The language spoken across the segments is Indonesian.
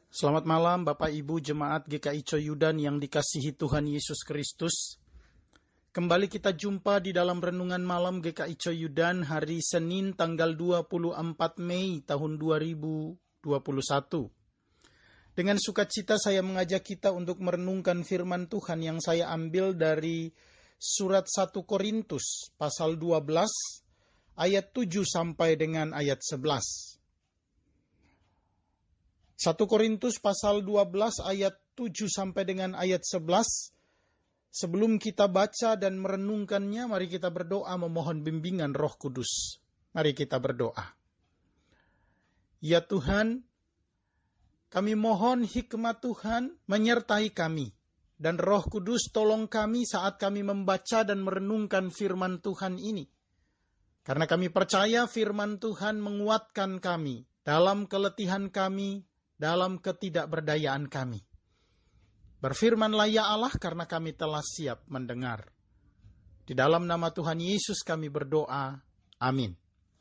Selamat malam Bapak Ibu Jemaat GKI Coyudan yang dikasihi Tuhan Yesus Kristus. Kembali kita jumpa di dalam renungan malam GKI Coyudan hari Senin tanggal 24 Mei tahun 2021. Dengan sukacita saya mengajak kita untuk merenungkan firman Tuhan yang saya ambil dari surat 1 Korintus pasal 12 ayat 7 sampai dengan ayat 11. 1 Korintus pasal 12 ayat 7 sampai dengan ayat 11. Sebelum kita baca dan merenungkannya, mari kita berdoa memohon bimbingan Roh Kudus. Mari kita berdoa. Ya Tuhan, kami mohon hikmat Tuhan menyertai kami. Dan Roh Kudus tolong kami saat kami membaca dan merenungkan firman Tuhan ini. Karena kami percaya firman Tuhan menguatkan kami dalam keletihan kami, dalam ketidakberdayaan kami. Berfirmanlah ya Allah karena kami telah siap mendengar. Di dalam nama Tuhan Yesus kami berdoa. Amin.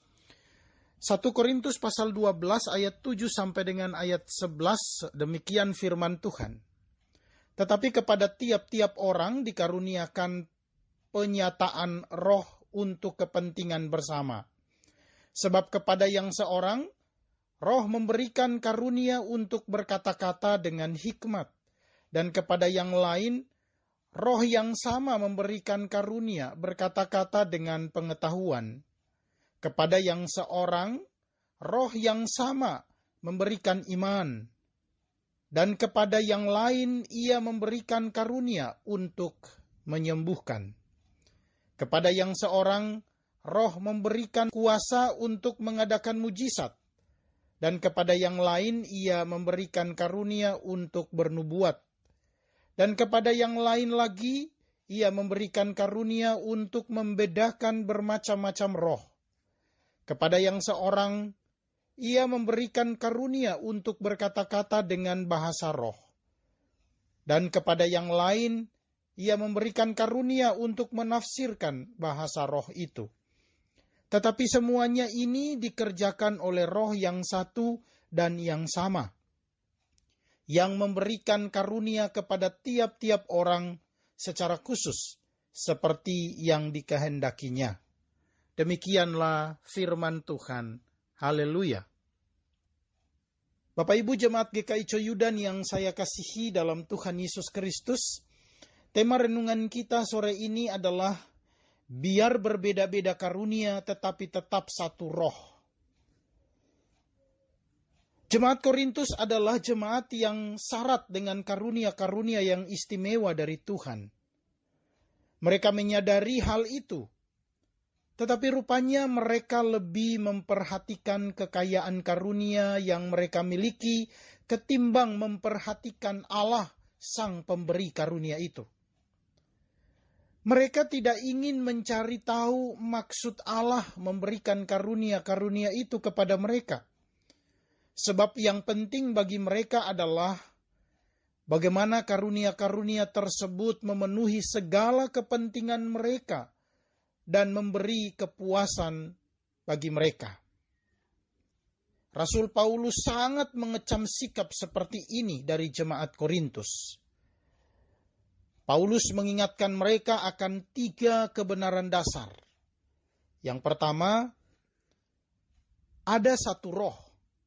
1 Korintus pasal 12 ayat 7 sampai dengan ayat 11, demikian firman Tuhan. Tetapi kepada tiap-tiap orang dikaruniakan penyataan roh untuk kepentingan bersama. Sebab kepada yang seorang, Roh memberikan karunia untuk berkata-kata dengan hikmat, dan kepada yang lain, Roh yang sama memberikan karunia berkata-kata dengan pengetahuan. Kepada yang seorang, Roh yang sama memberikan iman, dan kepada yang lain ia memberikan karunia untuk menyembuhkan. Kepada yang seorang, Roh memberikan kuasa untuk mengadakan mujizat, dan kepada yang lain ia memberikan karunia untuk bernubuat. Dan kepada yang lain lagi ia memberikan karunia untuk membedakan bermacam-macam roh. Kepada yang seorang ia memberikan karunia untuk berkata-kata dengan bahasa roh. Dan kepada yang lain ia memberikan karunia untuk menafsirkan bahasa roh itu. Tetapi semuanya ini dikerjakan oleh Roh yang satu dan yang sama, yang memberikan karunia kepada tiap-tiap orang secara khusus, seperti yang dikehendakinya. Demikianlah firman Tuhan. Haleluya. Bapak Ibu Jemaat GKI Coyudan yang saya kasihi dalam Tuhan Yesus Kristus, tema renungan kita sore ini adalah biar berbeda-beda karunia tetapi tetap satu roh. Jemaat Korintus adalah jemaat yang syarat dengan karunia-karunia yang istimewa dari Tuhan. Mereka menyadari hal itu. Tetapi rupanya mereka lebih memperhatikan kekayaan karunia yang mereka miliki ketimbang memperhatikan Allah sang pemberi karunia itu. Mereka tidak ingin mencari tahu maksud Allah memberikan karunia-karunia itu kepada mereka. Sebab yang penting bagi mereka adalah bagaimana karunia-karunia tersebut memenuhi segala kepentingan mereka dan memberi kepuasan bagi mereka. Rasul Paulus sangat mengecam sikap seperti ini dari jemaat Korintus. Paulus mengingatkan mereka akan 3 kebenaran dasar. Yang pertama, ada satu roh.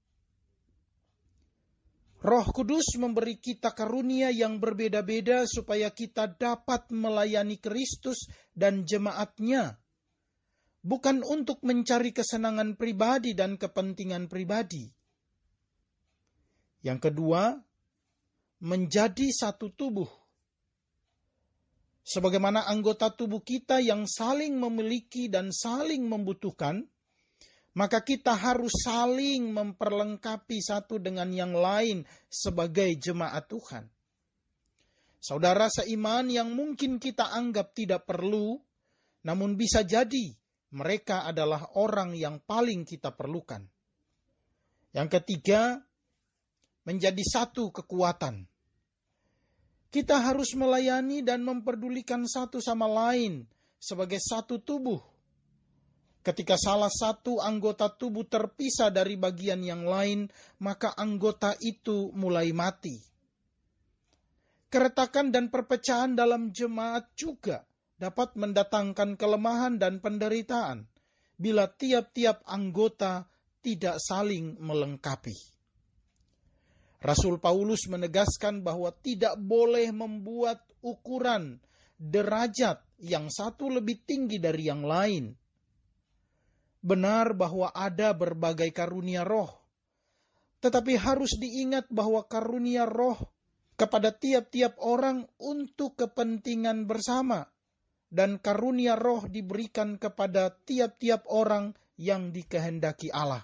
Roh Kudus memberi kita karunia yang berbeda-beda supaya kita dapat melayani Kristus dan jemaatnya. Bukan untuk mencari kesenangan pribadi dan kepentingan pribadi. Yang kedua, menjadi satu tubuh. Sebagaimana anggota tubuh kita yang saling memiliki dan saling membutuhkan, maka kita harus saling memperlengkapi satu dengan yang lain sebagai jemaat Tuhan. Saudara seiman yang mungkin kita anggap tidak perlu, namun bisa jadi mereka adalah orang yang paling kita perlukan. Yang ketiga, menjadi satu kekuatan. Kita harus melayani dan memperdulikan satu sama lain sebagai satu tubuh. Ketika salah satu anggota tubuh terpisah dari bagian yang lain, maka anggota itu mulai mati. Keretakan dan perpecahan dalam jemaat juga dapat mendatangkan kelemahan dan penderitaan bila tiap-tiap anggota tidak saling melengkapi. Rasul Paulus menegaskan bahwa tidak boleh membuat ukuran derajat yang satu lebih tinggi dari yang lain. Benar bahwa ada berbagai karunia roh, tetapi harus diingat bahwa karunia roh kepada tiap-tiap orang untuk kepentingan bersama, dan karunia roh diberikan kepada tiap-tiap orang yang dikehendaki Allah.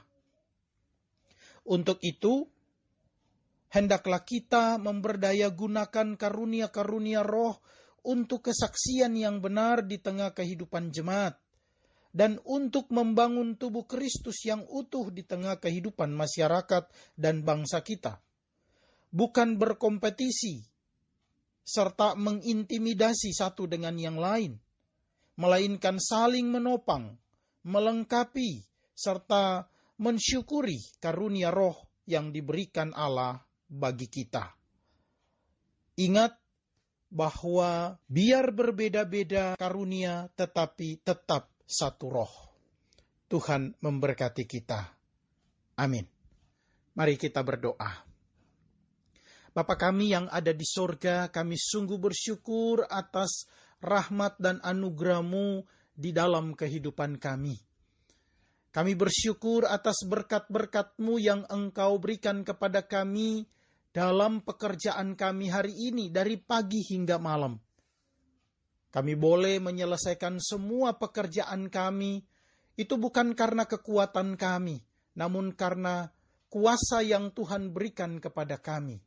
Untuk itu, hendaklah kita memberdaya gunakan karunia-karunia roh untuk kesaksian yang benar di tengah kehidupan jemaat, dan untuk membangun tubuh Kristus yang utuh di tengah kehidupan masyarakat dan bangsa kita. Bukan berkompetisi, serta mengintimidasi satu dengan yang lain, melainkan saling menopang, melengkapi, serta mensyukuri karunia roh yang diberikan Allah bagi kita. Ingat bahwa biar berbeda-beda karunia, tetapi tetap satu roh. Tuhan memberkati kita. Amin. Mari kita berdoa. Bapa kami yang ada di sorga, kami sungguh bersyukur atas rahmat dan anugerah-Mu di dalam kehidupan kami. Kami bersyukur atas berkat-berkat-Mu yang Engkau berikan kepada kami dalam pekerjaan kami hari ini dari pagi hingga malam. Kami boleh menyelesaikan semua pekerjaan kami, itu bukan karena kekuatan kami, namun karena kuasa yang Tuhan berikan kepada kami.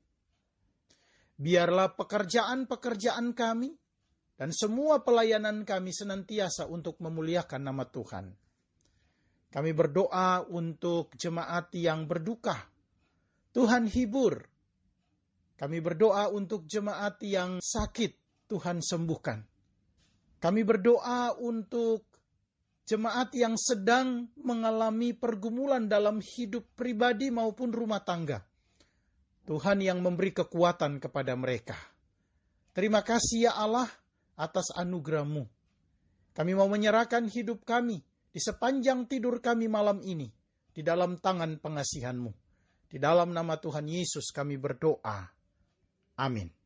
Biarlah pekerjaan-pekerjaan kami dan semua pelayanan kami senantiasa untuk memuliakan nama Tuhan. Kami berdoa untuk jemaat yang berduka. Tuhan hibur. Kami berdoa untuk jemaat yang sakit. Tuhan sembuhkan. Kami berdoa untuk jemaat yang sedang mengalami pergumulan dalam hidup pribadi maupun rumah tangga. Tuhan yang memberi kekuatan kepada mereka. Terima kasih ya Allah atas anugerah-Mu. Kami mau menyerahkan hidup kami di sepanjang tidur kami malam ini di dalam tangan pengasihan-Mu. Di dalam nama Tuhan Yesus kami berdoa. Amin.